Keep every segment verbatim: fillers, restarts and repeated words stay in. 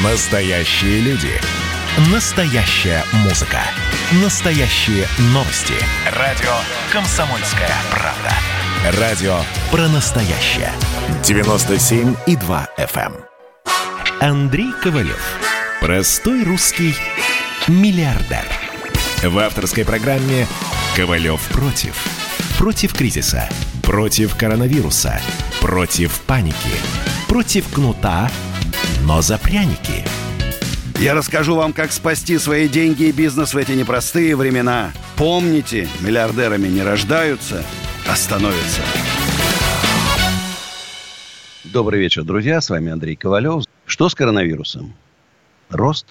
Настоящие люди. Настоящая музыка. Настоящие новости. Радио «Комсомольская правда». Радио про настоящее. девяносто семь и два эф эм. Андрей Ковалев. Простой русский миллиардер. В авторской программе «Ковалев против». Против кризиса. Против коронавируса. Против паники. Против кнута, но за пряники. Я расскажу вам, как спасти свои деньги и бизнес в эти непростые времена. Помните, миллиардерами не рождаются, а становятся. Добрый вечер, друзья. С вами Андрей Ковалев. Что с коронавирусом? Рост.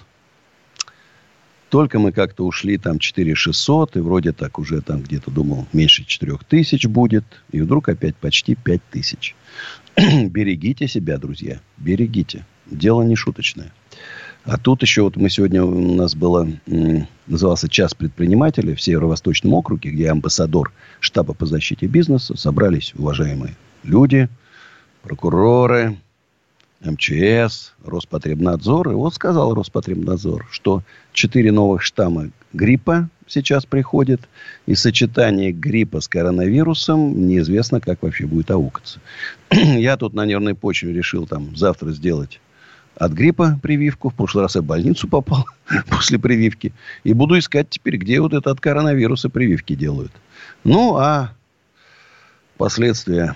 Только мы как-то ушли там четыре тысячи шестьсот, и вроде так уже там где-то думал, меньше четыре тысячи будет. И вдруг опять почти пять тысяч. Берегите себя, друзья. Берегите. Дело не шуточное. А тут еще вот мы сегодня, у нас было, назывался «Час предпринимателя» в Северо-Восточном округе, где амбассадор штаба по защите бизнеса. Собрались уважаемые люди, прокуроры, эм че эс, Роспотребнадзор. И вот сказал Роспотребнадзор, что четыре новых штамма гриппа сейчас приходит. И сочетание гриппа с коронавирусом неизвестно, как вообще будет аукаться. Я тут на нервной почве решил там завтра сделать от гриппа прививку. В прошлый раз я в больницу попал после прививки. И буду искать теперь, где вот это от коронавируса прививки делают. Ну, а последствия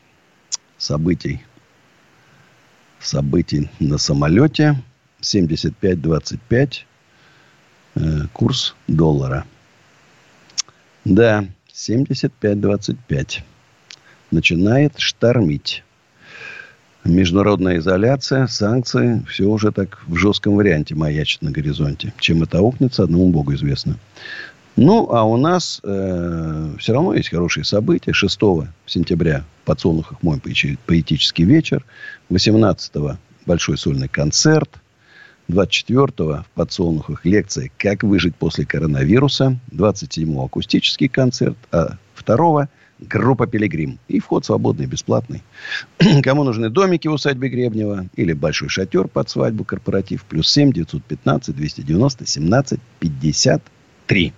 событий событий на самолете. семьдесят пять двадцать пять. Э, курс доллара. Да, семьдесят пять двадцать пять. Начинает штормить. Международная изоляция, санкции. Все уже так в жестком варианте маячит на горизонте. Чем это аукнется, одному Богу известно. Ну, а у нас э, все равно есть хорошие события. шестого сентября в Подсолнухах мой поэтический вечер. восемнадцатого большой сольный концерт. двадцать четвёртого в Подсолнухах лекция «Как выжить после коронавируса». двадцать седьмого акустический концерт. А второго группа «Пилигрим». И вход свободный, бесплатный. Кому нужны домики в усадьбе Гребнева или большой шатер под свадьбу, корпоратив, плюс семь девятьсот пятнадцать двести девяносто семнадцать пятьдесят три.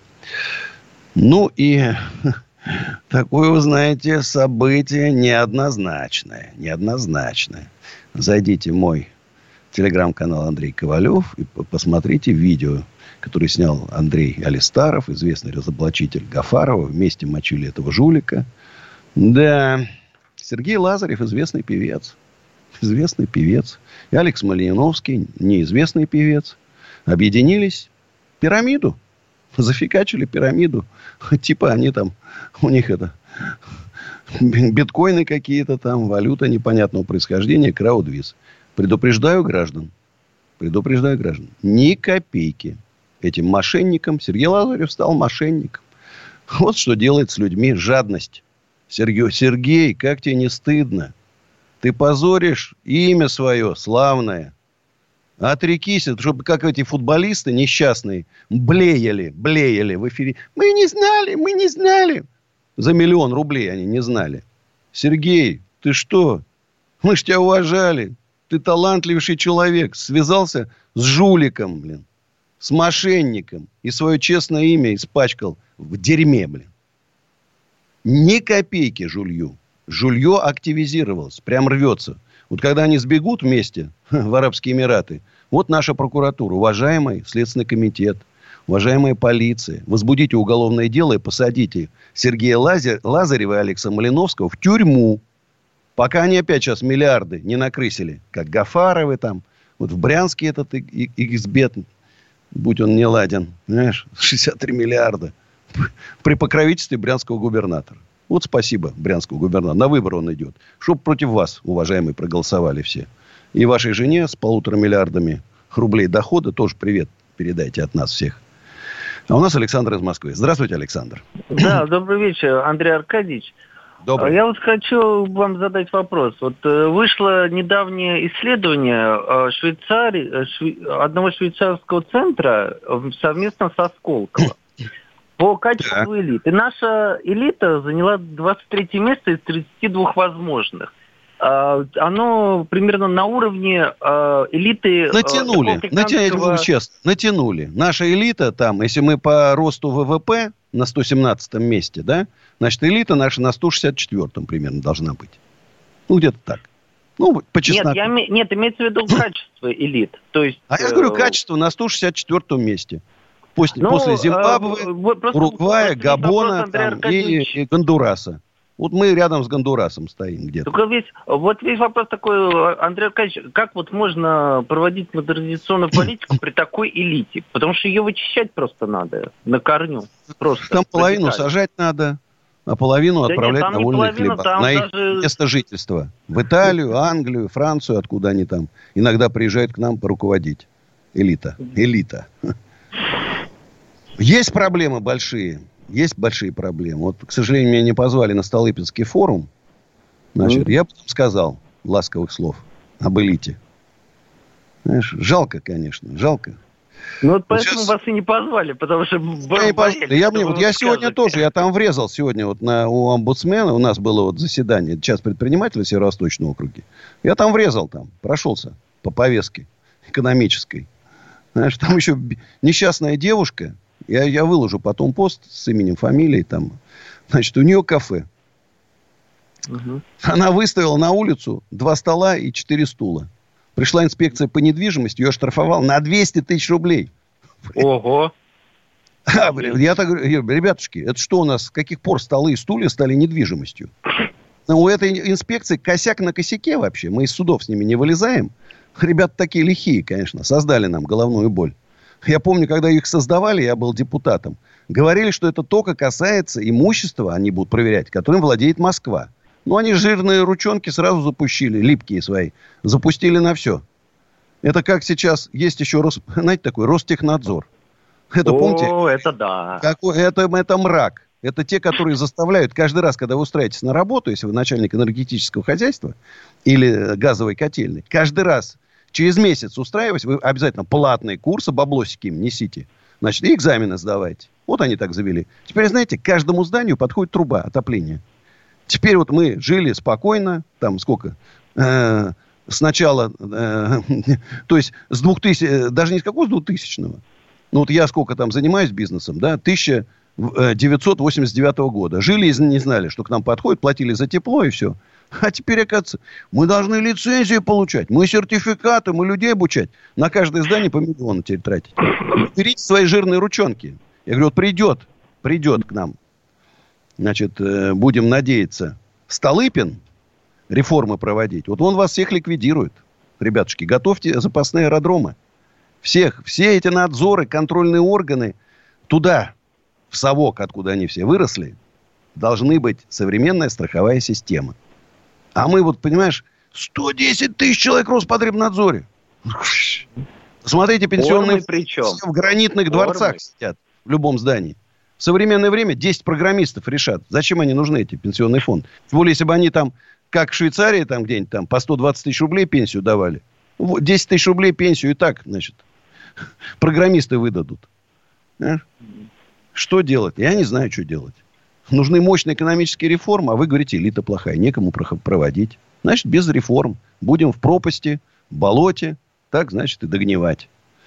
Ну и такое, вы знаете, событие неоднозначное. Неоднозначное. Зайдите в мой телеграм-канал Андрей Ковалев и посмотрите видео, которое снял Андрей Алистаров, известный разоблачитель Гафарова. Вместе мочили этого жулика. Да, Сергей Лазарев, известный певец. Известный певец. И Алекс Малиновский, неизвестный певец. Объединились в пирамиду. Зафигачили пирамиду. Типа они там, у них это, биткоины какие-то там, валюта непонятного происхождения, краудвиз. Предупреждаю граждан, предупреждаю граждан, ни копейки этим мошенникам. Сергей Лазарев стал мошенником. Вот что делает с людьми жадность. Сергей, Сергей, как тебе не стыдно? Ты позоришь имя свое славное. Отрекись, чтобы как эти футболисты несчастные блеяли, блеяли в эфире. Мы не знали, мы не знали. За миллион рублей они не знали. Сергей, ты что? Мы ж тебя уважали. Ты талантливейший человек. Связался с жуликом, блин. С мошенником. И свое честное имя испачкал в дерьме, блин. Ни копейки жулью. Жулье активизировалось. Прям рвется. Вот когда они сбегут вместе в Арабские Эмираты, вот наша прокуратура, уважаемый Следственный комитет, уважаемая полиция, возбудите уголовное дело и посадите Сергея Лазер, Лазарева и Алекса Малиновского в тюрьму. Пока они опять сейчас миллиарды не накрысили, как Гафаровы там. Вот в Брянске этот икс бет, будь он не ладен, знаешь, шестьдесят три миллиарда. При покровительстве брянского губернатора. Вот спасибо брянскому губернатору. На выборы он идет. Чтоб против вас, уважаемые, проголосовали все. И вашей жене с полутора миллиардами рублей дохода тоже привет передайте от нас всех. А у нас Александр из Москвы. Здравствуйте, Александр. Да, добрый вечер, Андрей Аркадьевич. Добрый. Я вот хочу вам задать вопрос. Вот вышло недавнее исследование Швейцарии, шве, одного швейцарского центра совместно со Сколково по качеству элиты. Наша элита заняла двадцать третье место из тридцати двух возможных. оно примерно на уровне элиты... Натянули, натянули, я говорю честно, натянули. Наша элита там, если мы по росту ВВП на сто семнадцатом месте, да, значит, элита наша на сто шестьдесят четвёртом примерно должна быть. Ну, где-то так. Ну, по чесноку. Нет, я, нет, имеется в виду качество элит. То есть, а я говорю, качество на сто шестьдесят четвёртом месте. После, ну, после Зимбабве, э, Уругвая, Габона там, и, и Гондураса. Вот мы рядом с Гондурасом стоим где-то. Только весь, вот весь вопрос такой, Андрей Аркадьевич, как вот можно проводить модернизационную политику при такой элите? Потому что ее вычищать просто надо на корню. Просто там половину сажать надо, а половину да отправлять нет, на вольные хлеба. На их даже... место жительства. В Италию, Англию, Францию, откуда они там иногда приезжают к нам поруководить. Элита. Элита. Есть проблемы большие. Есть большие проблемы. Вот, к сожалению, меня не позвали на Столыпинский форум. Значит, mm. я потом сказал ласковых слов об элите. Знаешь, жалко, конечно, жалко. Ну, вот поэтому сейчас... вас и не позвали, потому что... Я, не позвали. я, мне, вот я сегодня тоже, я там врезал сегодня вот на, у омбудсмена, у нас было вот заседание, час предпринимателя Северо-Восточного округа. Я там врезал, там, прошелся по повестке экономической. Знаешь, там еще несчастная девушка, я, я выложу потом пост с именем, фамилией, там, значит, у нее кафе. Угу. Она выставила на улицу два стола и четыре стула. Пришла инспекция по недвижимости, ее оштрафовал на двести тысяч рублей. Ого! А, я так говорю, ребятушки, это что у нас, с каких пор столы и стулья стали недвижимостью? Но у этой инспекции косяк на косяке вообще. Мы из судов с ними не вылезаем. Ребята такие лихие, конечно, создали нам головную боль. Я помню, когда их создавали, я был депутатом. Говорили, что это только касается имущества, они будут проверять, которым владеет Москва. Ну, они жирные ручонки сразу запустили, липкие свои. Запустили на все. Это как сейчас есть еще, Рос, знаете, такой Ростехнадзор. Это, О, помните? это да. Какой, это, это мрак. Это те, которые заставляют каждый раз, когда вы устраиваетесь на работу, если вы начальник энергетического хозяйства или газовой котельной, каждый раз через месяц устраиваясь, вы обязательно платные курсы, баблосики им несите. Значит, и экзамены сдавайте. Вот они так завели. Теперь, знаете, к каждому зданию подходит труба отопления. Теперь вот мы жили спокойно, там сколько, э, сначала, э, то есть с двухтысячного, даже не с какого, с двухтысячного. Ну вот я сколько там занимаюсь бизнесом, да, тысяча девятьсот восемьдесят девятого года. Жили и не знали, что к нам подходит, платили за тепло и все. А теперь, оказывается, мы должны лицензии получать, мы сертификаты, мы людей обучать. На каждое здание по миллиону теперь тратить. Берите свои жирные ручонки. Я говорю, вот придет, придет к нам. Значит, будем надеяться, Столыпин реформы проводить. Вот он вас всех ликвидирует. Ребятушки, готовьте запасные аэродромы. Всех, все эти надзоры, контрольные органы туда, в совок, откуда они все выросли, должны быть современная страховая система. А мы вот, понимаешь, сто десять тысяч человек в Роспотребнадзоре. Смотрите, пенсионные в гранитных Формы. дворцах сидят в любом здании. В современное время десять программистов решат, зачем они нужны, эти пенсионные фонды. Тем более, если бы они там, как в Швейцарии, там где-нибудь там по сто двадцать тысяч рублей пенсию давали. десять тысяч рублей пенсию и так, значит, программисты выдадут. А? Что делать? Я не знаю, что делать. Нужны мощные экономические реформы, а вы говорите, элита плохая, некому проводить. Значит, без реформ. Будем в пропасти, в болоте, так, значит, и догнивать.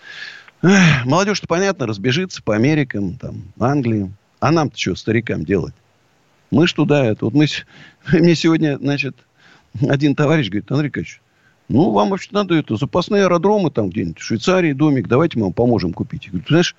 Эх, молодежь-то, понятно, разбежится по Америкам, там, Англии. А нам-то что, старикам делать? Мы ж туда, это, вот мы, мне сегодня, значит, один товарищ говорит, Андрей Аркадьевич, ну, вам вообще надо это, запасные аэродромы там где-нибудь, в Швейцарии домик, давайте мы вам поможем купить. Я говорю, ты знаешь,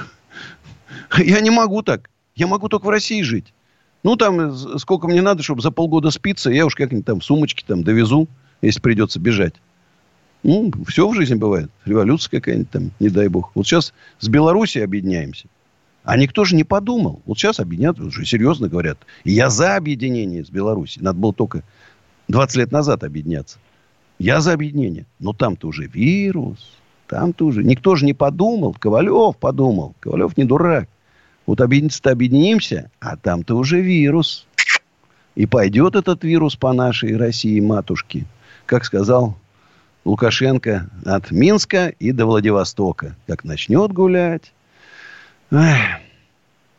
я не могу так. Я могу только в России жить. Ну, там, сколько мне надо, чтобы за полгода спиться, я уж как-нибудь там в сумочке там довезу, если придется бежать. Ну, все в жизни бывает. Революция какая-нибудь там, не дай бог. Вот сейчас с Белоруссией объединяемся. А никто же не подумал. Вот сейчас объединят, уже серьезно говорят. И я за объединение с Белоруссией. Надо было только двадцать лет назад объединяться. Я за объединение. Но там-то уже вирус. Там-то уже. Никто же не подумал. Ковалев подумал. Ковалев не дурак. Вот объединиться-то объединимся, а там-то уже вирус. И пойдет этот вирус по нашей России, матушке. Как сказал Лукашенко, от Минска и до Владивостока. Как начнет гулять. Эх.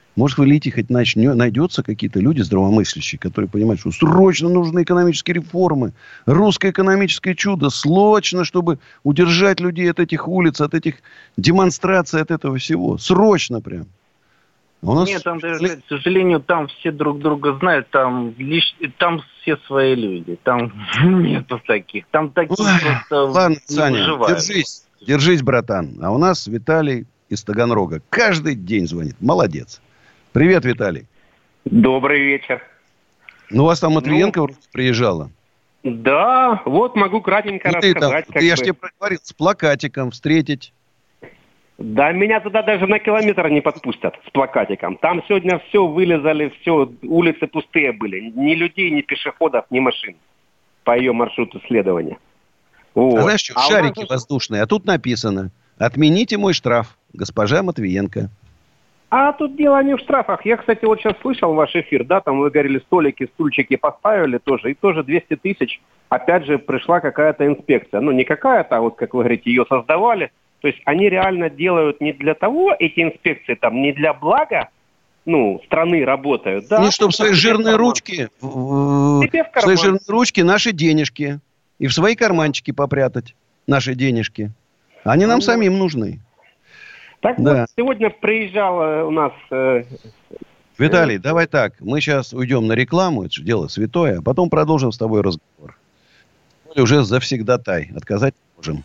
Может, в элите хоть начнё, найдется какие-то люди здравомыслящие, которые понимают, что срочно нужны экономические реформы. Русское экономическое чудо. Срочно, чтобы удержать людей от этих улиц, от этих демонстраций, от этого всего. Срочно прям. А у нас... Нет, там, даже, к сожалению, там все друг друга знают. Там, лишь... там все свои люди. Там нету таких. Там таких Ой, просто ладно, не Саня, выживают. Держись, держись, братан. А у нас Виталий из Таганрога каждый день звонит. Молодец. Привет, Виталий. Добрый вечер. Ну, у вас там Матвиенко ну, приезжала? Да, вот могу кратенько ну, рассказать. Ты там, я же тебе говорил, с плакатиком встретить. Да, меня туда даже на километр не подпустят с плакатиком. Там сегодня все вылезали, все, улицы пустые были. Ни людей, ни пешеходов, ни машин по ее маршруту следования. Вот. А знаешь что, а шарики нас... воздушные, а тут написано: отмените мой штраф, госпожа Матвиенко. А тут дело не в штрафах. Я, кстати, вот сейчас слышал ваш эфир, да, там вы говорили, столики, стульчики поставили тоже, и тоже двести тысяч, опять же, пришла какая-то инспекция. Ну, не какая-то, а вот, как вы говорите, ее создавали. То есть они реально делают не для того, эти инспекции там, не для блага, ну, страны работают. Да, не, чтобы свои жирные ручки, в свои жирные ручки наши денежки, и в свои карманчики попрятать наши денежки. Они нам ну, самим нужны. Так да. Вот, сегодня приезжал у нас... Э, Виталий, э, давай так. Мы сейчас уйдем на рекламу, это же дело святое, а потом продолжим с тобой разговор. Уже завсегдатай. Отказать не можем.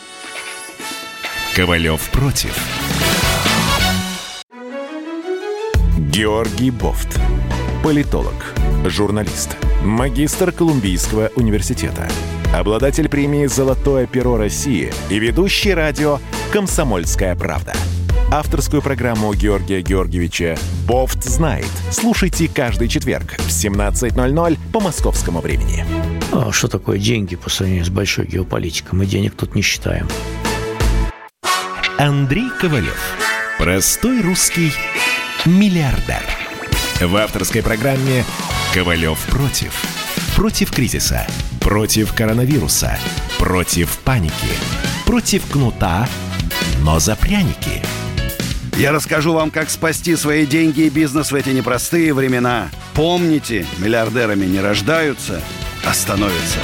Ковалев против. Георгий Бофт. Политолог, журналист, магистр Колумбийского университета, обладатель премии «Золотое перо России» и ведущий радио «Комсомольская правда». Авторскую программу Георгия Георгиевича «Бофт знает». Слушайте каждый четверг в семнадцать ноль ноль по московскому времени. А что такое деньги по сравнению с большой геополитикой? Мы денег тут не считаем. Андрей Ковалев. Простой русский миллиардер. В авторской программе «Ковалев против». Против кризиса. Против коронавируса. Против паники. Против кнута, но за пряники. Я расскажу вам, как спасти свои деньги и бизнес в эти непростые времена. Помните, миллиардерами не рождаются, а становятся.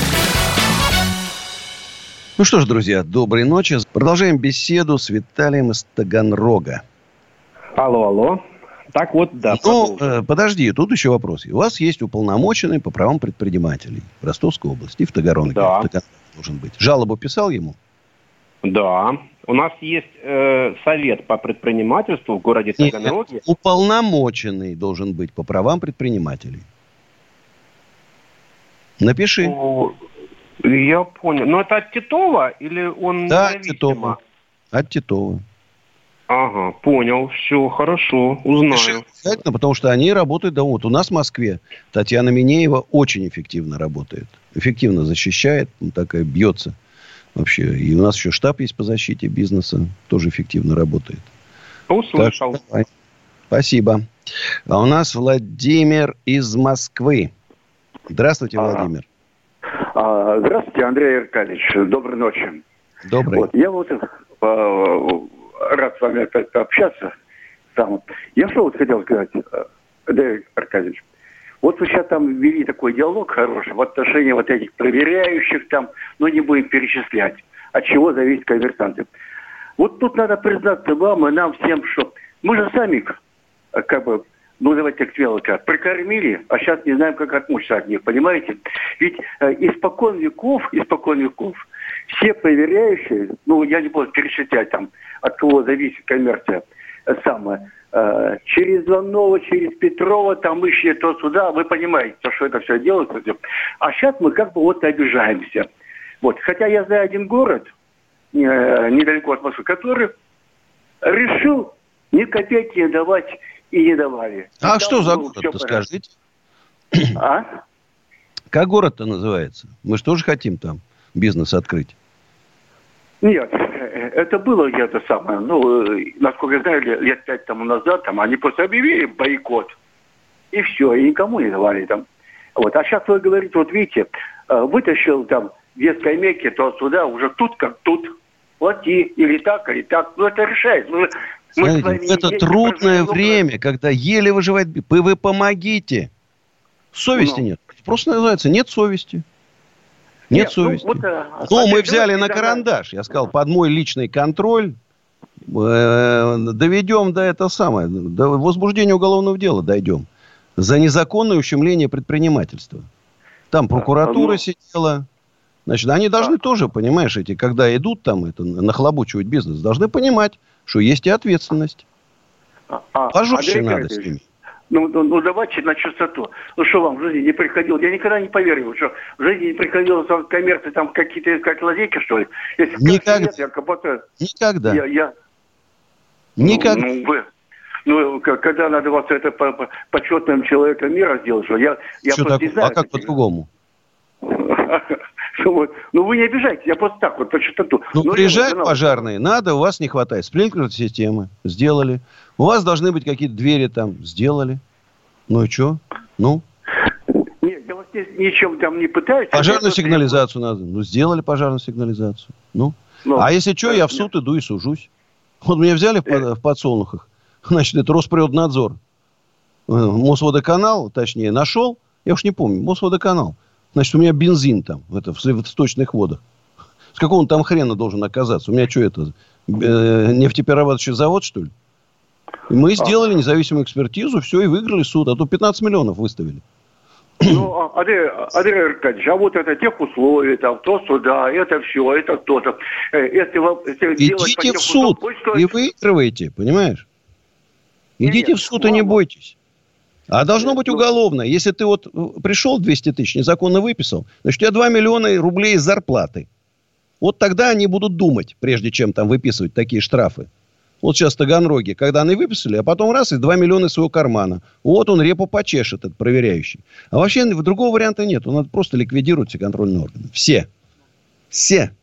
Ну что ж, друзья, доброй ночи. Продолжаем беседу с Виталием из Таганрога. Алло, алло. Так вот, да. Ну, э, подожди, тут еще вопрос. У вас есть уполномоченный по правам предпринимателей в Ростовской области, в Таганроге. Да. В Таганроге должен быть. Жалобу писал ему? Да. У нас есть э, совет по предпринимательству в городе Таганроге. Нет, уполномоченный должен быть по правам предпринимателей. Напиши. О, я понял. Но это от Титова или он да, независимо? от Титова. От Титова. Ага, понял. Все, хорошо, узнаю. Обязательно, потому что они работают, да, вот у нас в Москве Татьяна Минеева очень эффективно работает. Эффективно защищает, такая бьется вообще. И у нас еще штаб есть по защите бизнеса, тоже эффективно работает. Услышал. Так, спасибо. А у нас Владимир из Москвы. Здравствуйте, Владимир. А, здравствуйте, Андрей Аркадьевич. Доброй ночи. Добрый. Вот, я вот а, рад с вами опять пообщаться. Сам. Я что вот хотел сказать, Андрей Аркадьевич. Вот вы сейчас там вели такой диалог хороший в отношении вот этих проверяющих там, но не будем перечислять, от чего зависят коммерсанты. Вот тут надо признаться вам и нам всем, что мы же сами, как бы, ну давайте к делу как, прикормили, а сейчас не знаем, как отмучиться от них, понимаете? Ведь э, испокон веков, испокон веков, все проверяющие, ну я не буду перечислять там, от кого зависит коммерция, э, самое, э, через Иванова, через Петрова, там ищи то сюда, вы понимаете, что это все делается. А сейчас мы как бы вот обижаемся. Вот, хотя я знаю один город, э, недалеко от Москвы, который решил ни копейки не давать и не давали. А и что за город-то, скажите? А? Как город-то называется? Мы же тоже хотим там бизнес открыть. Нет, это было где-то самое, ну, насколько я знаю, лет пять тому назад, там, они просто объявили бойкот. И все, и никому не давали там. Вот. А сейчас вы говорите, вот видите, вытащил там две скамейки, то сюда, уже тут как тут. Плати, или так, или так. Ну, это решает. Ну, Смотрите, это трудное время, когда еле выживает... Вы, вы помогите. Совести ну. нет. Просто называется нет совести. Нет, нет совести. Ну, вот, а, ну мы взяли на карандаш. Я сказал, под мой личный контроль э, доведем до этого самое, до возбуждения уголовного дела дойдем. За незаконное ущемление предпринимательства. Там прокуратура а, ну... сидела. Значит, они должны а. тоже, понимаешь, эти, когда идут там это, нахлобучивать бизнес, должны понимать, что есть и ответственность. А, а, Пожестче Андрей надо с ними. Ну, ну, ну, давайте на чистоту. Ну, что вам в жизни не приходило? Я никогда не поверил, что в жизни не приходило в коммерции там какие-то искать лазейки, что ли? Если никогда. Нет, я работаю... Никогда. Я, я... Никогда. Ну, ну, вы... ну, когда надо вас это по, по, почетным человеком мира сделать, что я... я что так? А как по-другому? Ну, вы не обижайтесь, я просто так вот по чистоту. Ну, приезжают пожарные, надо, у вас не хватает. Спринклер-системы сделали. У вас должны быть какие-то двери там, сделали. Ну и что? Ну? Нет, я вас ничем там не пытаюсь. Пожарную сигнализацию надо. Ну, сделали пожарную сигнализацию. Ну? ну а если что, я в суд иду и сужусь. Вот меня взяли в, под, в подсолнухах. Значит, это Росприроднадзор. Мосводоканал, точнее, нашел. Я уж не помню, Мосводоканал. Значит, у меня бензин там, это, в сточных водах. С какого он там хрена должен оказаться? У меня что это, э, нефтеперерабатывающий завод, что ли? И мы сделали независимую экспертизу, все, и выиграли суд. А то пятнадцать миллионов выставили. Ну, Андрей, Андрей Аркадьевич, а вот это тех условий, там, то сюда, это все, это то-то. Если вы, если идите в суд, условиям, и выигрываете, понимаешь? Идите нет, в суд, ладно. И не бойтесь. А должно быть уголовно. Если ты вот пришел двести тысяч, незаконно выписал, значит, у тебя два миллиона рублей из зарплаты. Вот тогда они будут думать, прежде чем там выписывать такие штрафы. Вот сейчас в Таганроге, когда они выписали, а потом раз, и два миллиона из своего кармана. Вот он репу почешет, этот проверяющий. А вообще другого варианта нет. Он надо просто ликвидировать все контрольные органы. Все. Все.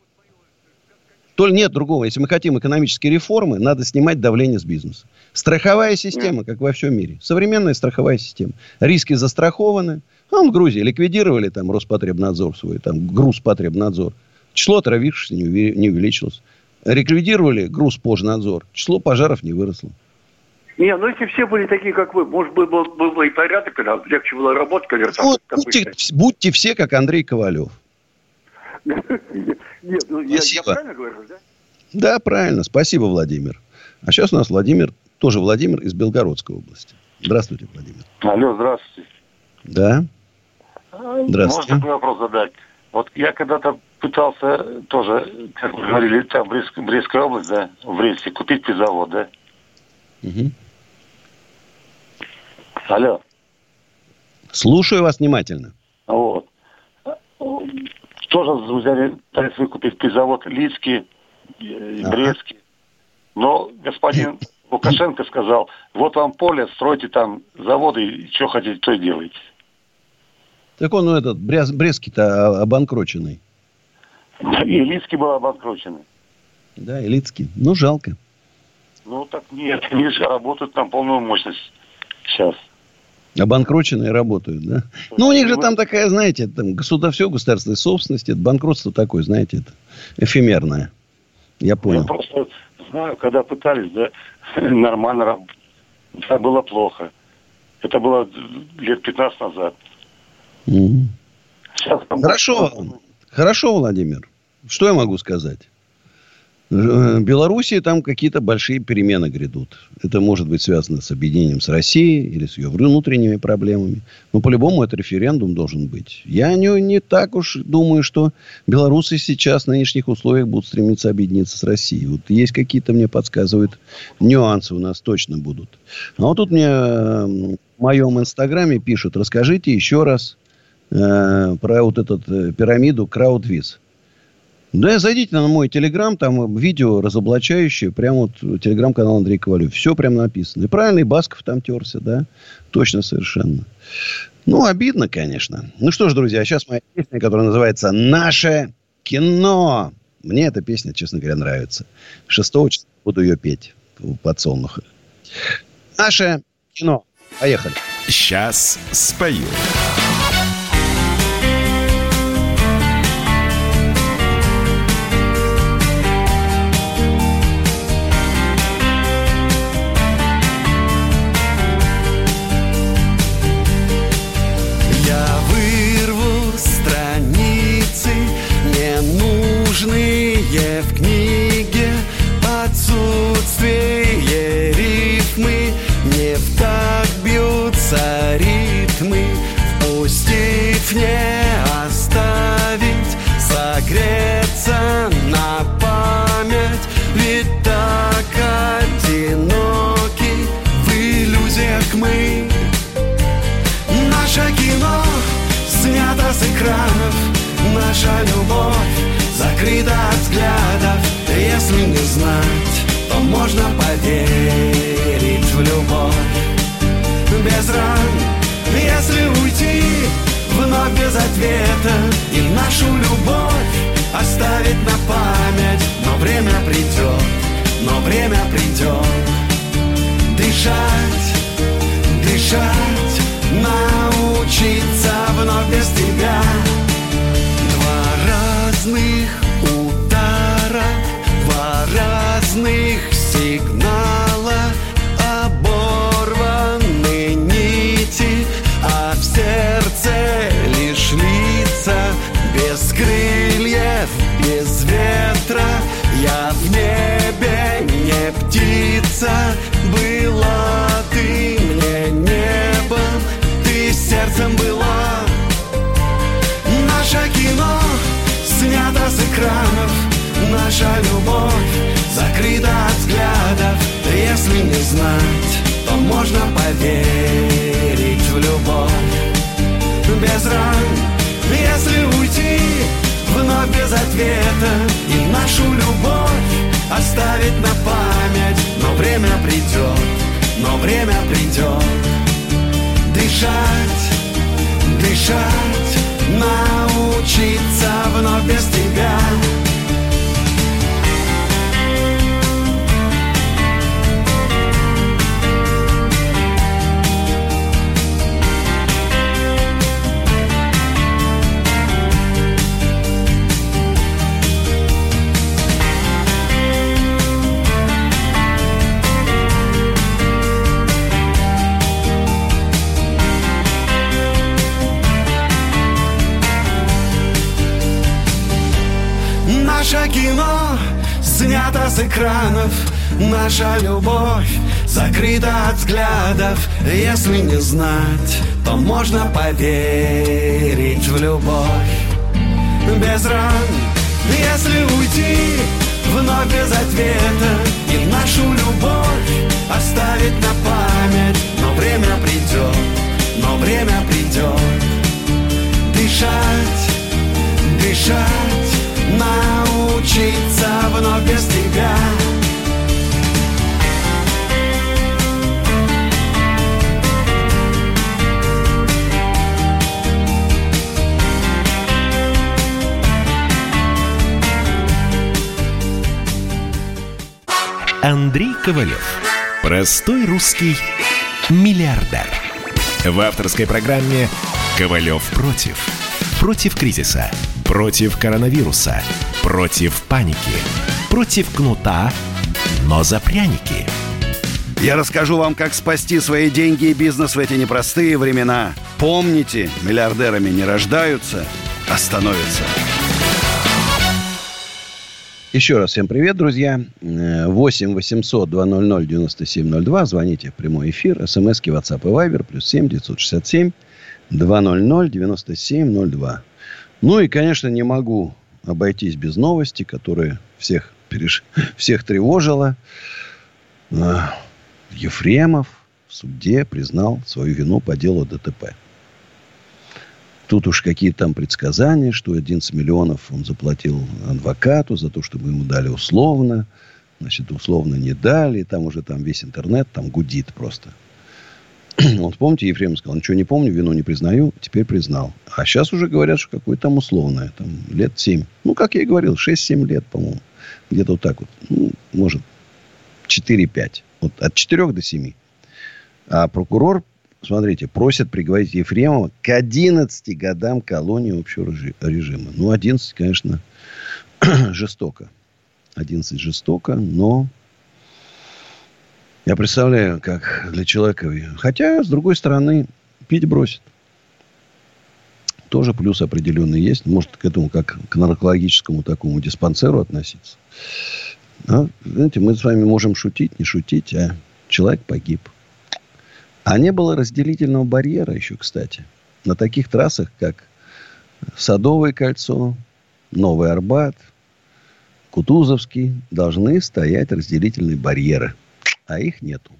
То ли нет другого. Если мы хотим экономические реформы, надо снимать давление с бизнеса. Страховая система, как во всем мире. Современная страховая система. Риски застрахованы. А в Грузии ликвидировали там Роспотребнадзор свой, там Грузпотребнадзор. Число отравившихся не увеличилось. Ликвидировали Грузпожнадзор. Число пожаров не выросло. Не, ну если все были такие, как вы, может быть, был, был, был и порядок, когда легче было работать, конечно. Вот, будьте, будьте все, как Андрей Ковалев. Нет, ну я, я правильно говорю, да? Да, правильно. Спасибо, Владимир. А сейчас у нас Владимир, тоже Владимир из Белгородской области. Здравствуйте, Владимир. Алло, здравствуйте. Да. Здравствуйте. Можно такой вопрос задать? Вот я когда-то пытался тоже, как вы говорили, там в Брестской области, да, в Бресте, купить пивзавод, да? Угу. Алло. Слушаю вас внимательно. Вот. Тоже с друзьями пытались выкупить пивзавод Лидский, ага. Брестский. Но господин Лукашенко сказал, вот вам поле, стройте там заводы, и что хотите, то и делайте. Так он, ну, этот, Брестский-то обанкроченный. И Лидский был обанкроченный. Да, и Лидский. Ну, жалко. Ну, так нет, они же работают на полную мощность сейчас. Обанкроченные работают, да? Ну, у них же там такая, знаете, там государ... все государственной собственности, это банкротство такое, знаете, это эфемерное. Я понял. Я просто знаю, когда пытались, да, нормально работать. Да, было плохо. Это было лет пятнадцать назад. Mm-hmm. Сейчас, Хорошо. Там... Хорошо, Владимир. Что я могу сказать? В Белоруссии там какие-то большие перемены грядут. Это может быть связано с объединением с Россией или с ее внутренними проблемами. Но по-любому это референдум должен быть. Я не, не так уж думаю, что белорусы сейчас в нынешних условиях будут стремиться объединиться с Россией. Вот есть какие-то, мне подсказывают, нюансы у нас точно будут. А вот тут мне в моем инстаграме пишут, расскажите еще раз э, про вот эту э, пирамиду CrowdWiz. Да, зайдите на мой телеграм, там видео разоблачающее, прямо вот телеграм-канал Андрей Ковалев. Все прям написано. И правильно, и Басков там терся, да? Точно совершенно. Ну, обидно, конечно. Ну что ж, друзья, сейчас моя песня, которая называется «Наше кино». Мне эта песня, честно говоря, нравится. шестого числа буду ее петь в подсолнухах. «Наше кино». Поехали. Сейчас спою. в книге отсутствие рифмы, не в так бьются ритмы, впустив, не оставить, согреться на память, ведь так одиноки в иллюзиях мы. Наше кино снято с экранов, наша любовь закрыта от взглядов. Если не знать, то можно поверить в любовь без ран. Если уйти вновь без ответа и нашу любовь оставить на память, но время придет, но время придет. Дышать, дышать, научиться вновь без тебя. Два разных удара, два разных сигнала, оборваны нити, а в сердце лишь лица, без крыльев, без ветра. Я в небе не птица, была ты мне небом, ты сердцем была. Наше кино снято с экранов, наша любовь закрыта от взглядов. Если не знать, то можно поверить в любовь без ран. Если уйти вновь без ответа и нашу любовь оставить на память, но время придет, но время придет. Дышать, дышать, научиться вновь без тебя. Наше кино снято с экранов, наша любовь закрыта от взглядов. Если не знать, то можно поверить в любовь без ран. Если уйти вновь без ответа и нашу любовь оставить на память, но время придет, но время придет. Дышать, дышать, научиться вновь без тебя. Андрей Ковалев. Простой русский миллиардер. В авторской программе «Ковалев против». Против кризиса. Против коронавируса. Против паники. Против кнута, но за пряники. Я расскажу вам, как спасти свои деньги и бизнес в эти непростые времена. Помните, миллиардерами не рождаются, а становятся. Еще раз всем привет, друзья. восемь восемьсот два ноль ноль девяносто семь ноль два. Звоните в прямой эфир. СМСки, WhatsApp и Viber. Плюс семь девятьсот шестьдесят семь два ноль ноль девяносто семь ноль два. Ну и, конечно, не могу обойтись без новости, которая всех, переш... всех тревожила. Ефремов в суде признал свою вину по делу ДТП. Тут уж какие-то там предсказания, что одиннадцать миллионов он заплатил адвокату за то, чтобы ему дали условно. Значит, условно не дали. Там уже там весь интернет там гудит просто. Вот помните, Ефремов сказал, ничего не помню, вину не признаю, теперь признал. А сейчас уже говорят, что какое-то там условное. Там лет семь. Ну, как я и говорил, шесть-семь лет, по-моему. Где-то вот так вот. Ну, может, четыре-пять. Вот от четырёх до семи. А прокурор, смотрите, просит приговорить Ефремова к одиннадцати годам колонии общего режима. Ну, одиннадцать, конечно, жестоко. одиннадцать жестоко, но... Я представляю, как для человека... Хотя, с другой стороны, пить бросит. тоже плюс определенный есть. Может, к этому как к наркологическому такому диспансеру относиться. А, знаете, мы с вами можем шутить, не шутить, а человек погиб. А не было разделительного барьера еще, кстати. На таких трассах, как Садовое кольцо, Новый Арбат, Кутузовский, должны стоять разделительные барьеры. А их нету.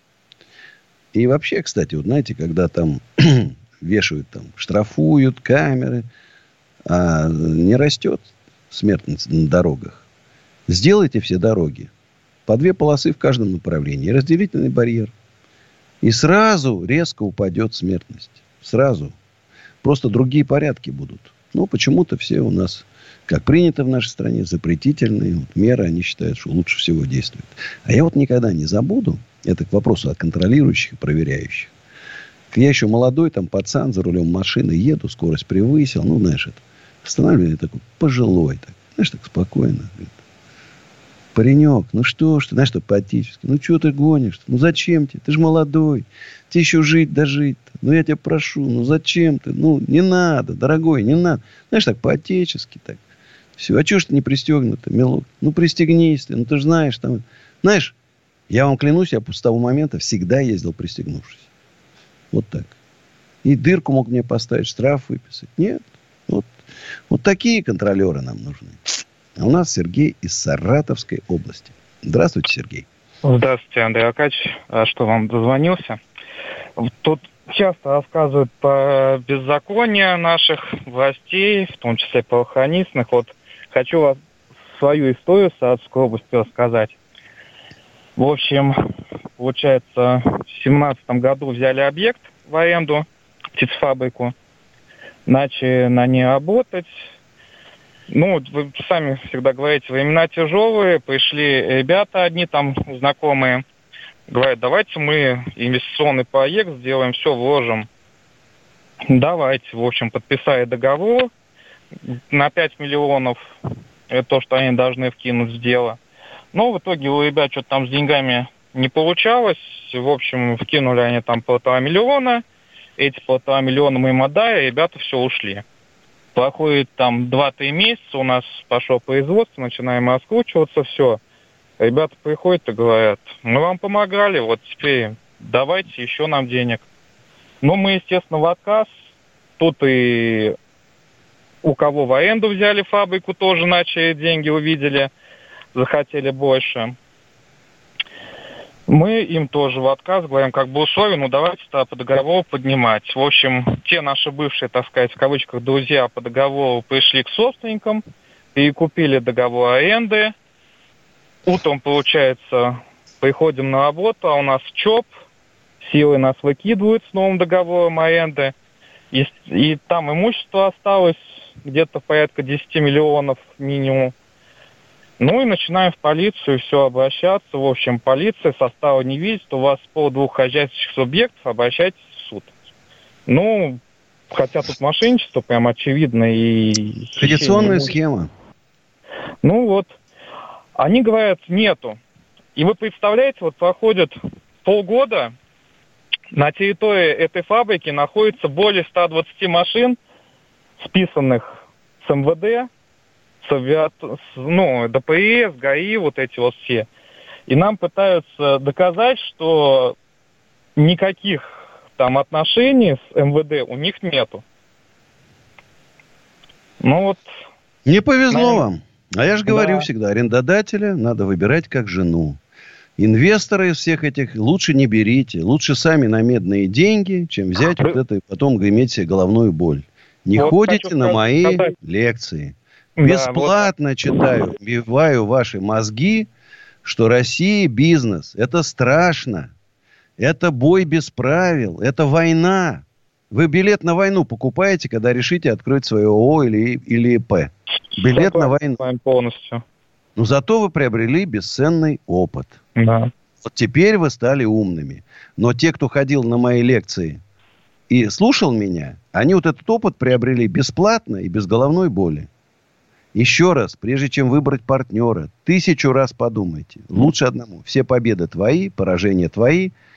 И вообще, кстати, вот знаете, когда там вешают, там, штрафуют, камеры, а не растет смертность на дорогах. Сделайте все дороги по две полосы в каждом направлении. Разделительный барьер. И сразу резко упадет смертность. Сразу. Просто другие порядки будут. Но почему-то все у нас, как принято в нашей стране, запретительные вот меры, они считают, что лучше всего действуют. А я вот никогда не забуду, это к вопросу о контролирующих и проверяющих. Я еще молодой, там, пацан, за рулем машины, еду, скорость превысил. Ну, знаешь, это останавливаю, такой пожилой, так, знаешь, так спокойно. Говорит, паренек, ну что ж ты, знаешь, что по-отечески, ну что ты гонишь? Ну зачем тебе? Ты же молодой. Тебе еще жить, дожить. Ну я тебя прошу, ну зачем ты? Ну не надо, дорогой, не надо. Знаешь, так по-отечески так. Все, а чего ж ты не пристегнута, милок? Ну пристегнись ты, ну ты же знаешь. Там... Знаешь, я вам клянусь, я с того момента всегда ездил пристегнувшись. Вот так. И дырку мог мне поставить, штраф выписать. Нет. Вот, вот такие контролеры нам нужны. А у нас Сергей из Саратовской области. Здравствуйте, Сергей. Здравствуйте, Андрей Аркадьевич. А что, вам дозвонился? Тут часто рассказывают про беззаконие наших властей, в том числе правоохранительных. Вот хочу вам свою историю с Саратовской области рассказать. В общем, получается, в две тысячи семнадцатом году взяли объект в аренду, птицефабрику, начали на ней работать. Ну, вы сами всегда говорите, времена тяжелые, пришли ребята одни там знакомые, говорят, давайте мы инвестиционный проект сделаем, все вложим. Давайте, в общем, подписали договор на пять миллионов, это то, что они должны вкинуть в дело. Но в итоге у ребят что-то там с деньгами не получалось. В общем, вкинули они там полтора миллиона. Эти полтора миллиона мы им отдали, ребята все ушли. Проходит там два-три месяца, у нас пошло производство, начинаем раскручиваться, все. Ребята приходят и говорят, мы вам помогали, вот теперь давайте еще нам денег. Ну, мы, естественно, в отказ. Тут и у кого в аренду взяли фабрику, тоже начали деньги, увидели, захотели больше. Мы им тоже в отказ говорим, как бы условия, ну давайте тогда по договору поднимать. В общем, те наши бывшие, так сказать, в кавычках, друзья по договору пришли к собственникам, перекупили договор аренды. Утром, получается, приходим на работу, а у нас ЧОП, силы нас выкидывают с новым договором аренды. И, и там имущество осталось где-то порядка десять миллионов минимум. Ну и начинаем в полицию все обращаться. В общем, полиция состава не видит, у вас по двух хозяйственных субъектов, обращайтесь в суд. Ну, хотя тут мошенничество прям очевидно. И традиционная схема. Ну вот. Они говорят, нету. И вы представляете, вот проходит полгода, на территории этой фабрики находится более ста двадцати машин, списанных с эм вэ дэ, с авиа... ну, дэ пэ эс, ГАИ, вот эти вот все. И нам пытаются доказать, что никаких там отношений с эм вэ дэ у них нету. Ну вот. Не повезло наверное... вам. А я же говорю да. всегда, арендодателя надо выбирать как жену. Инвесторы из всех этих лучше не берите. Лучше сами на медные деньги, чем взять вот это и потом иметь себе головную боль. Не вот ходите на мои сказать. лекции. Да, Бесплатно вот. читаю, вбиваю ваши мозги, что Россия бизнес. Это страшно. Это бой без правил. Это война. Вы билет на войну покупаете, когда решите открыть свое ООО или, или ИП. Билет на войну. Полностью. Но зато вы приобрели бесценный опыт. Да. Вот теперь вы стали умными. Но те, кто ходил на мои лекции и слушал меня, они вот этот опыт приобрели бесплатно и без головной боли. Еще раз, прежде чем выбрать партнера, тысячу раз подумайте. Лучше одному. Все победы твои, поражения твои.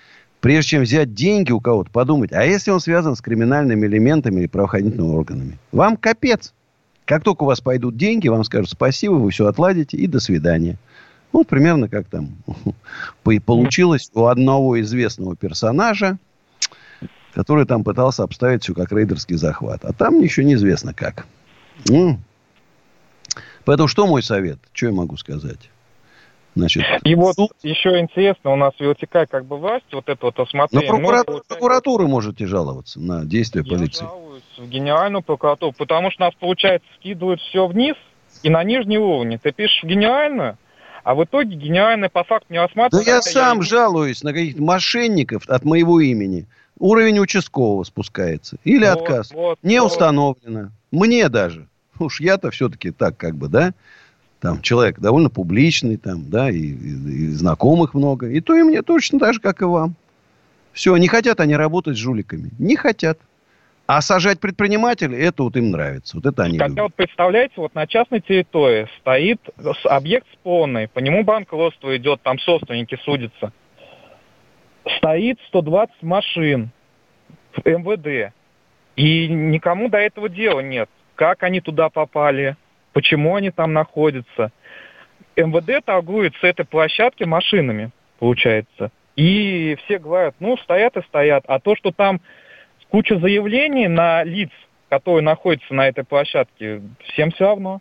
прежде чем взять деньги у кого-то, подумать, а если он связан с криминальными элементами или правоохранительными органами? Вам капец. Как только у вас пойдут деньги, вам скажут спасибо, вы все отладите и до свидания. Вот примерно как там получилось у одного известного персонажа, который там пытался обставить все как рейдерский захват. А там еще неизвестно как. Ну, поэтому что мой совет? Что я могу сказать? Значит, и вот суд... еще интересно, у нас вертикаль как бы власть, вот это вот осмотрение. На прокуратуру, ну, прокуратуру можете жаловаться на действия я полиции. Я жалуюсь в генеральную прокуратуру, потому что нас, получается, скидывают все вниз и на нижний уровень. Ты пишешь в генеральную, а в итоге генеральная по факту не рассматривает. Да я сам я... жалуюсь на каких-то мошенников от моего имени. Уровень участкового спускается. Или вот, отказ. Вот, не вот. Установлено. Мне даже. Уж я-то все-таки так как бы, да, там человек довольно публичный, там, да, и, и, и знакомых много. И то и мне точно так же, как и вам. Все, не хотят они работать с жуликами. Не хотят. А сажать предпринимателей, это вот им нравится. Вот это они Когда любят. Вот представляете, вот на частной территории стоит объект спорный, по нему банкротство идет, там собственники судятся. Стоит сто двадцать машин в эм вэ дэ. И никому до этого дела нет. Как они туда попали? Почему они там находятся? эм вэ дэ торгует с этой площадки машинами, получается. И все говорят, ну, стоят и стоят. А то, что там куча заявлений на лиц, которые находятся на этой площадке, всем все равно.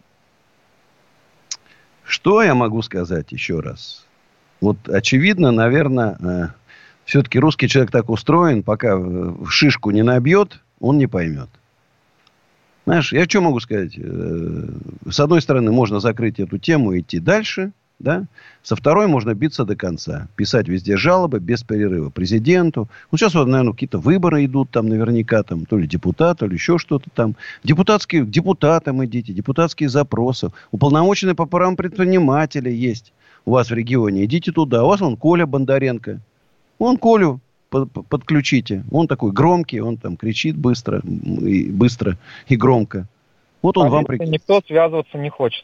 Что я могу сказать еще раз? Вот, очевидно, наверное, все-таки русский человек так устроен, пока в шишку не набьет, он не поймет. Знаешь, я что могу сказать? С одной стороны, можно закрыть эту тему и идти дальше, да? Со второй можно биться до конца. Писать везде жалобы без перерыва президенту. Ну, сейчас, вот, наверное, какие-то выборы идут там наверняка, там, то ли депутат, то ли еще что-то там. Депутатские, к депутатам идите, депутатские запросы. Уполномоченные по правам предпринимателей есть у вас в регионе. Идите туда. У вас вон Коля Бондаренко. Вон Колю подключите. Он такой громкий, он там кричит быстро и, быстро и громко. Вот он вам прикинет. Никто связываться не хочет.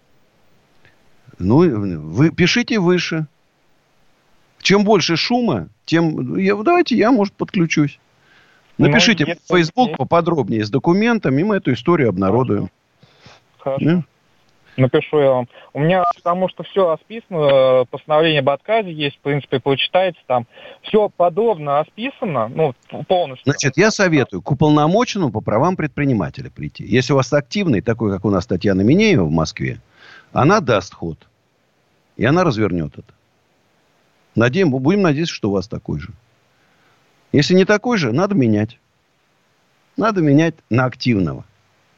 Ну, вы пишите выше. Чем больше шума, тем... Я, давайте я, может, подключусь. Напишите ну, в Facebook есть. Поподробнее с документами, и мы эту историю обнародуем. Хорошо. Да? Напишу я вам. У меня, потому что все расписано, постановление об отказе есть, в принципе, почитайте там. Все подробно расписано, ну, полностью. Значит, я советую к уполномоченному по правам предпринимателя прийти. Если у вас активный, такой, как у нас Татьяна Минеева в Москве, она даст ход. И она развернет это. Надеем, будем надеяться, что у вас такой же. Если не такой же, надо менять. Надо менять на активного.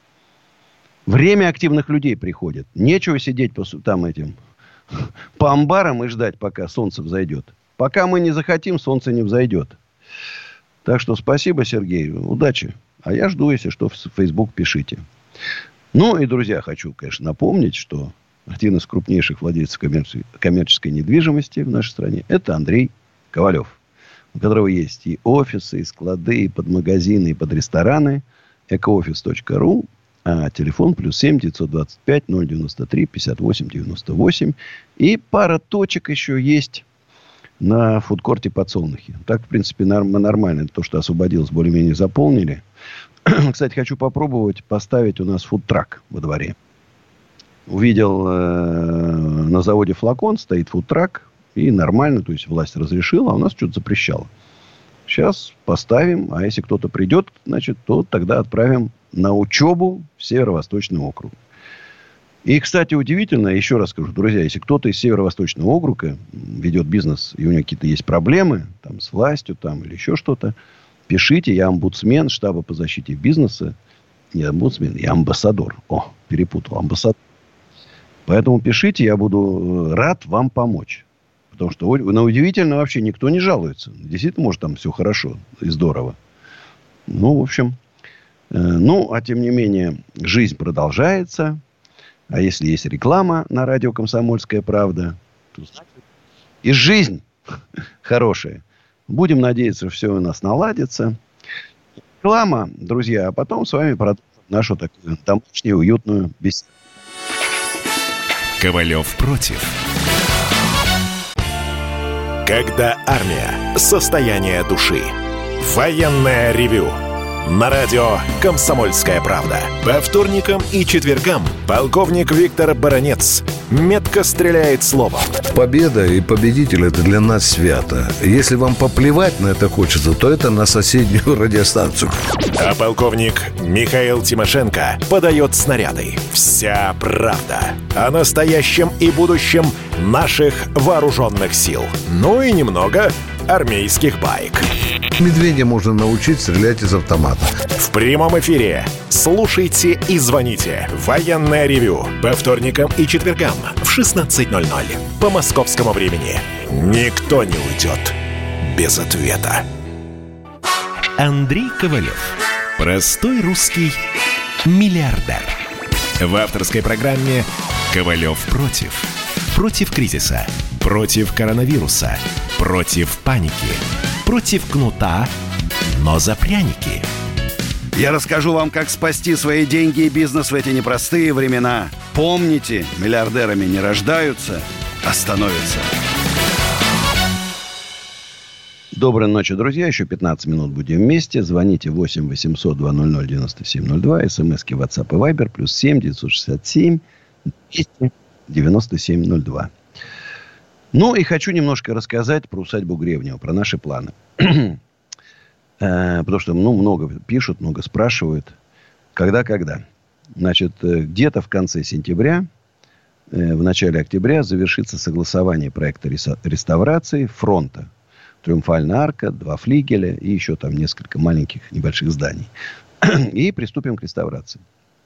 Время активных людей приходит. Нечего сидеть по, там этим, по амбарам и ждать, пока солнце взойдет. Пока мы не захотим, солнце не взойдет. Так что спасибо, Сергей. Удачи. А я жду, если что, в Facebook пишите. Ну и, друзья, хочу, конечно, напомнить, что один из крупнейших владельцев коммерческой, коммерческой недвижимости в нашей стране – это Андрей Ковалев, у которого есть и офисы, и склады, и под магазины, и под рестораны. экоофис точка ру. А телефон плюс семь девятьсот двадцать пять ноль девяносто три пятьдесят восемь девяносто восемь. И пара точек еще есть на фудкорте «Подсолнухи». Так, в принципе, нормально. То, что освободилось, более-менее заполнили. Кстати, хочу попробовать поставить у нас фудтрак во дворе. Увидел э, на заводе «Флакон» стоит фудтрак. И нормально, то есть власть разрешила, а у нас что-то запрещало. Сейчас поставим, а если кто-то придет, значит, то тогда отправим на учебу в Северо-Восточный округ. И, кстати, удивительно, еще раз скажу, друзья, если кто-то из Северо-Восточного округа ведет бизнес, и у него какие-то есть проблемы там, с властью там, или еще что-то, пишите, я омбудсмен штаба по защите бизнеса. Не омбудсмен, я амбассадор. О, перепутал, амбассадор. Поэтому пишите, я буду рад вам помочь. Потому что, ну, удивительно, вообще никто не жалуется. Действительно, может, там все хорошо и здорово. Ну, в общем... Э, ну, а тем не менее, жизнь продолжается. А если есть реклама на радио «Комсомольская правда», то и жизнь хорошая. Будем надеяться, все у нас наладится. Реклама, друзья, а потом с вами продолжим нашу такую домашнюю, уютную беседу. Ковалев против. Когда армия. Состояние души. Военное ревю. На радио «Комсомольская правда». По вторникам и четвергам полковник Виктор Баранец метко стреляет словом. Победа и победитель – это для нас свято. Если вам поплевать на это хочется, то это на соседнюю радиостанцию. А полковник Михаил Тимошенко подает снаряды. Вся правда о настоящем и будущем наших вооруженных сил. Ну и немного армейских баек. Медведя можно научить стрелять из автомата. В прямом эфире. Слушайте и звоните. Военное ревю. По вторникам и четвергам в шестнадцать ноль ноль. По московскому времени. Никто не уйдет без ответа. Андрей Ковалев. Простой русский миллиардер. В авторской программе «Ковалев против». Против кризиса. Против коронавируса. Против паники. Против кнута, но за пряники. Я расскажу вам, как спасти свои деньги и бизнес в эти непростые времена. Помните, миллиардерами не рождаются, а становятся. Доброй ночи, друзья. Еще пятнадцать минут будем вместе. Звоните восемь восемьсот два ноль ноль девяносто семь ноль два. СМСки WhatsApp и Viber. Плюс семь девятьсот шестьдесят семь двести девяносто семь ноль два. Ну, и хочу немножко рассказать про усадьбу Гребнева, про наши планы. Потому что, ну, много пишут, много спрашивают. Когда-когда? Значит, где-то в конце сентября, в начале октября завершится согласование проекта реставрации фронта. Триумфальная арка, два флигеля и еще там несколько маленьких небольших зданий. И приступим к реставрации.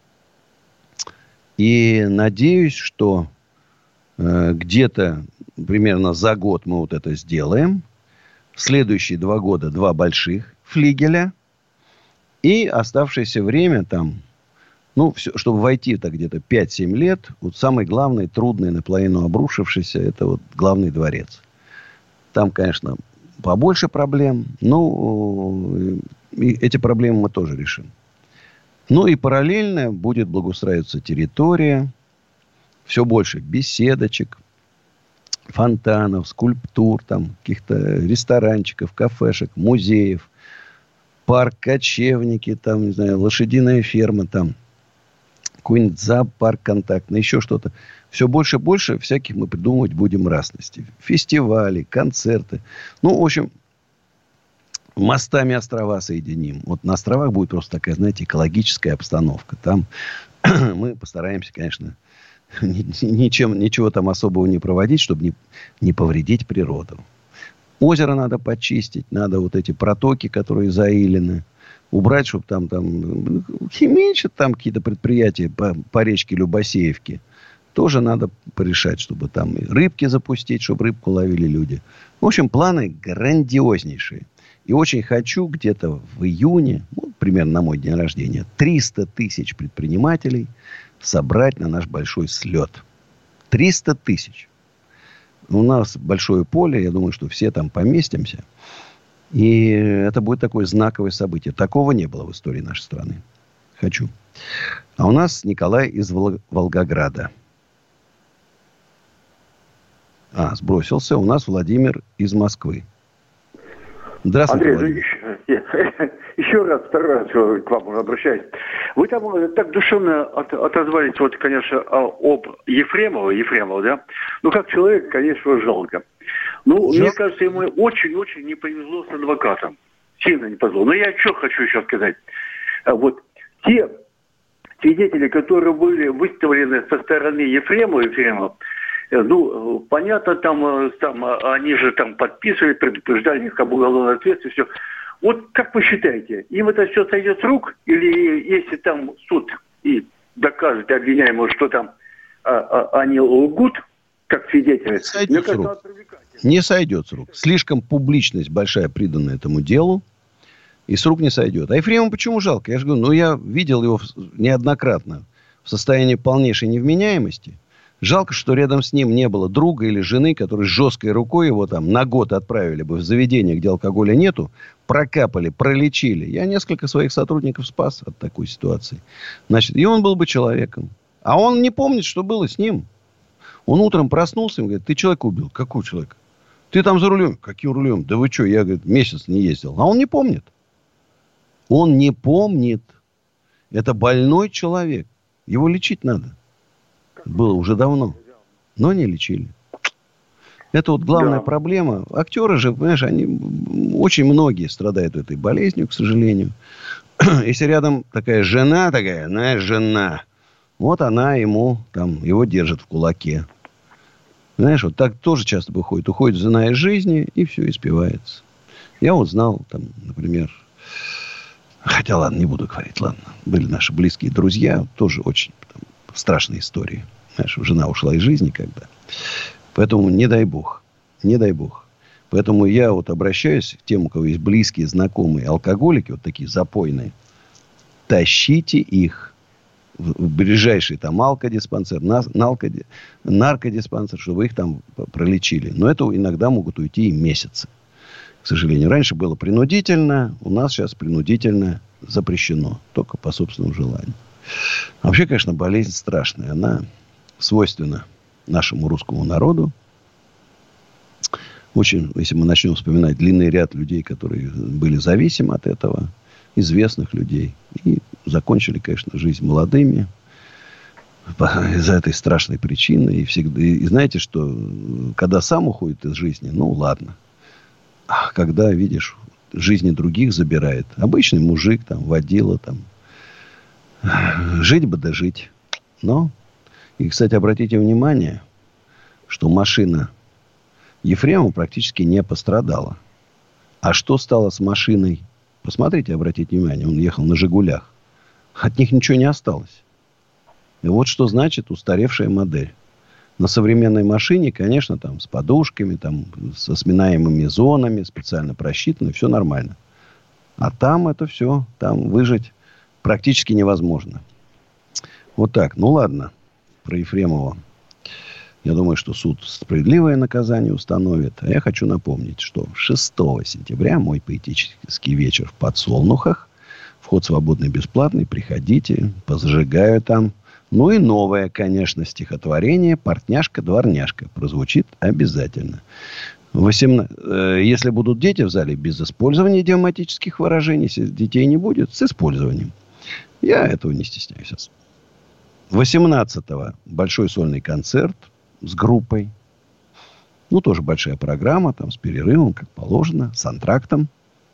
И надеюсь, что где-то примерно за год мы вот это сделаем. В следующие два года два больших флигеля. И оставшееся время там, ну, все, чтобы войти так где-то пять-семь лет, вот самый главный, трудный, наполовину обрушившийся, это вот главный дворец. Там, конечно, побольше проблем, но и эти проблемы мы тоже решим. Ну и параллельно будет благоустраиваться территория. Все больше беседочек, фонтанов, скульптур, там, каких-то ресторанчиков, кафешек, музеев, парк Кочевники, там, не знаю, лошадиная ферма, там, какой-нибудь зоопарк контактный, еще что-то. Все больше и больше всяких мы придумывать будем разностей. Фестивали, концерты. Ну, в общем, мостами острова соединим. Вот на островах будет просто такая, знаете, экологическая обстановка. Там мы постараемся, конечно, ничем, ничего там особого не проводить, чтобы не, не повредить природу. Озеро надо почистить, надо вот эти протоки, которые заилены, убрать, чтобы там, там химичат там какие-то предприятия по, по речке Любасеевке. Тоже надо порешать, чтобы там и рыбки запустить, чтобы рыбку ловили люди. В общем, планы грандиознейшие. И очень хочу где-то в июне, ну, примерно на мой день рождения, триста тысяч предпринимателей собрать на наш большой слет. триста тысяч. У нас большое поле, я думаю, что все там поместимся. И это будет такое знаковое событие. Такого не было в истории нашей страны. Хочу. А у нас Николай из Вол- Волгограда. А, сбросился. У нас Владимир из Москвы. Здравствуйте, Андрей, еще, еще раз, второй раз к вам уже обращаюсь. Вы там так душевно от, отозвались, вот, конечно, об Ефремове, Ефремова, да? Ну, как человек, конечно, жалко. Ну, Жал... мне кажется, ему очень-очень не повезло с адвокатом. Сильно не повезло. Но я что хочу еще сказать. Вот те свидетели, которые были выставлены со стороны Ефремова, Ефремова, ну, понятно, там, там они же там подписывали, предупреждали их об уголовной ответственности, все. Вот как вы считаете, им это все сойдет с рук? Или если там суд и докажет обвиняемому, что там а, а, они лгут, как свидетели? Не сойдет с рук. Не сойдет с рук. Слишком публичность большая придана этому делу. И с рук не сойдет. А Ефремова почему жалко? Я же говорю, ну, я видел его неоднократно в состоянии полнейшей невменяемости. Жалко, что рядом с ним не было друга или жены, которые с жесткой рукой его там на год отправили бы в заведение, где алкоголя нету, прокапали, пролечили. Я несколько своих сотрудников спас от такой ситуации. Значит, и он был бы человеком. А он не помнит, что было с ним. Он утром проснулся и говорит, ты человека убил. Какого человека? Ты там за рулем? Каким рулем? Да вы что, я, говорит, месяц не ездил. А он не помнит. Он не помнит. Это больной человек. Его лечить надо. Было уже давно. Но не лечили. Это вот главная да. проблема. Актеры же, понимаешь, они очень многие страдают этой болезнью, к сожалению. Если рядом такая жена, такая, знаешь, жена, вот она ему, там, его держит в кулаке. Знаешь, вот так тоже часто выходит. Уходит жена из жизни, и все, испивается. Я вот знал, там, например, хотя, ладно, не буду говорить, ладно. Были наши близкие друзья, тоже очень там, страшные истории. Знаешь, жена ушла из жизни когда. Поэтому не дай бог. Не дай бог. Поэтому я вот обращаюсь к тем, у кого есть близкие, знакомые алкоголики, вот такие запойные. Тащите их в ближайший там алкодиспансер, наркоди, наркодиспансер, чтобы их там пролечили. Но это иногда могут уйти и месяцы. К сожалению. Раньше было принудительно. У нас сейчас принудительно запрещено. Только по собственному желанию. Вообще, конечно, болезнь страшная. Она свойственна нашему русскому народу. Очень, если мы начнем вспоминать длинный ряд людей, которые были зависимы от этого, известных людей, и закончили, конечно, жизнь молодыми из-за этой страшной причины. И, всегда, и знаете, что когда сам уходит из жизни, ну, ладно. А когда, видишь, жизни других забирает, обычный мужик, там, водила, там, жить бы да жить. Но, и, кстати, обратите внимание, что машина Ефремова практически не пострадала. А что стало с машиной? Посмотрите, обратите внимание, он ехал на «Жигулях». От них ничего не осталось. И вот что значит устаревшая модель. На современной машине, конечно, там с подушками, там, со сминаемыми зонами, специально просчитано, все нормально. А там это все, там выжить практически невозможно. Вот так. Ну, ладно. Про Ефремова. Я думаю, что суд справедливое наказание установит. А я хочу напомнить, что шестого сентября мой поэтический вечер в Подсолнухах. Вход свободный, бесплатный. Приходите, позажигаю там. Ну и новое, конечно, стихотворение «Портняшка-дворняшка» прозвучит обязательно. восемнадцать Если будут дети в зале, без использования идиоматических выражений. Если детей не будет, с использованием. Я этого не стесняюсь. восемнадцатого большой сольный концерт с группой. Ну, тоже большая программа, там, с перерывом, как положено, с антрактом.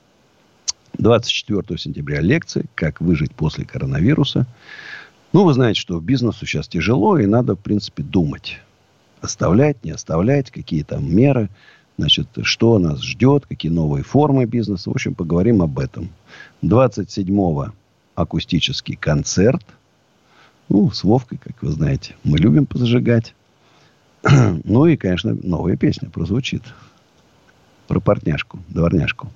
двадцать четвёртого сентября лекция «Как выжить после коронавируса». Ну, вы знаете, что бизнесу сейчас тяжело, и надо, в принципе, думать. Оставлять, не оставлять, какие там меры, значит, что нас ждет, какие новые формы бизнеса. В общем, поговорим об этом. двадцать седьмого акустический концерт. Ну, с Вовкой, как вы знаете, мы любим позажигать. Ну, и, конечно, новая песня прозвучит. Про портняшку, дворняшку.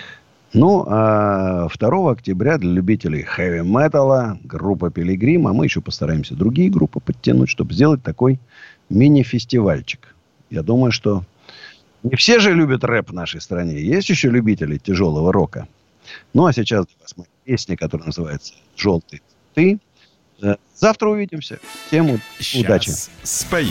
Ну, а второго октября для любителей хэви-металла группа «Пилигрим», а мы еще постараемся другие группы подтянуть, чтобы сделать такой мини-фестивальчик. Я думаю, что не все же любят рэп в нашей стране. Есть еще любители тяжелого рока. Ну, а сейчас для вас моя песня, которая называется «Желтые цветы». Завтра увидимся. Всем удачи. Спою.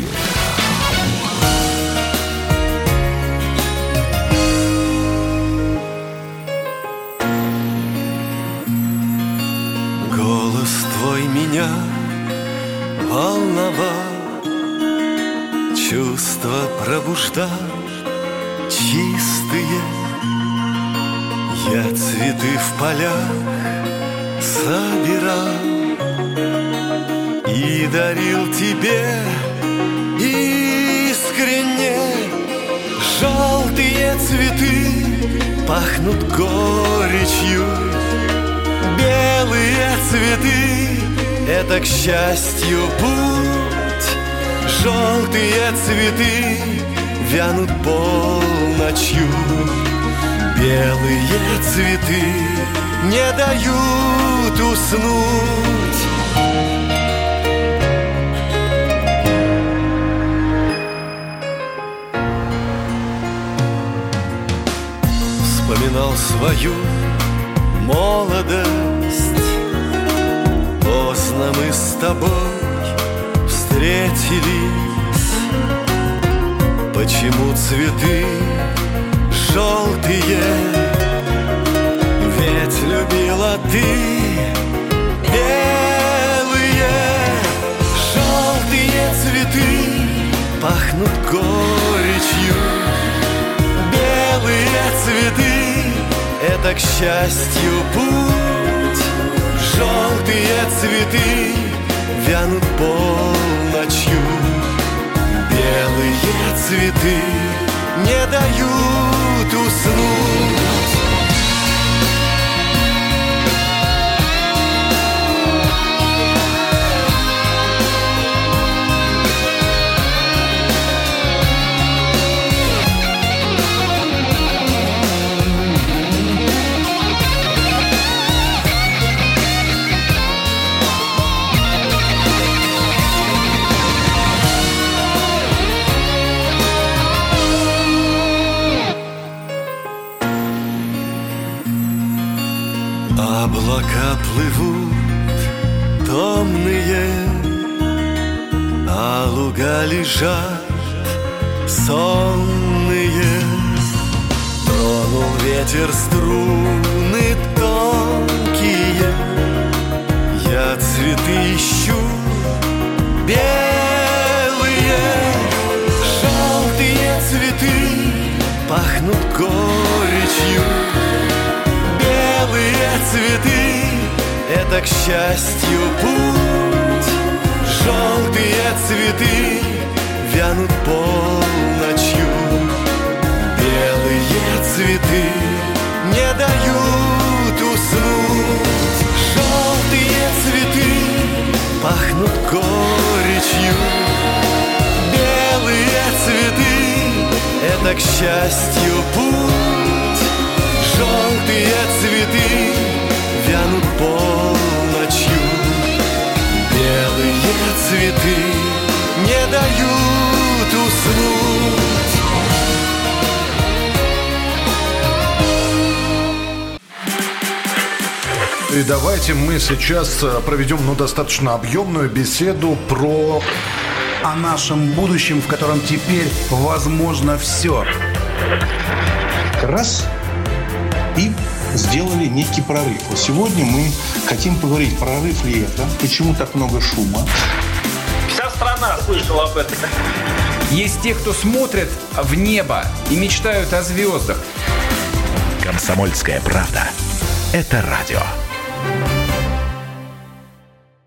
Голос твой меня волновал, чувства пробуждал чистые. Я цветы в полях собирал и дарил тебе искренне. Желтые цветы пахнут горечью, белые цветы — это, к счастью, путь. Желтые цветы вянут полночью, белые цветы не дают уснуть. Вспоминал свою молодость. Поздно мы с тобой встретились. почему цветы желтые? Ведь любила ты белые. Желтые цветы пахнут горечью. Белые цветы — это, к счастью, путь. Желтые цветы вянут полночью. Белые цветы не дают уснуть. Облака плывут томные, а луга лежат сонные. Тронул ветер струны тонкие, я цветы ищу белые. Желтые цветы пахнут горечью. Белые цветы — это, к счастью, путь. Желтые цветы вянут полночью. Белые цветы не дают уснуть. Желтые цветы пахнут горечью. Белые цветы — это, к счастью, путь. Желтые цветы вянут полночью. Белые цветы не дают уснуть. И давайте мы сейчас проведем, ну, достаточно объемную беседу про... о нашем будущем, в котором теперь возможно все. Раз — и сделали некий прорыв. Вот сегодня мы хотим поговорить, прорыв ли это, почему так много шума. Вся страна слышала об этом. Есть те, кто смотрят в небо и мечтают о звездах. «Комсомольская правда» — это радио.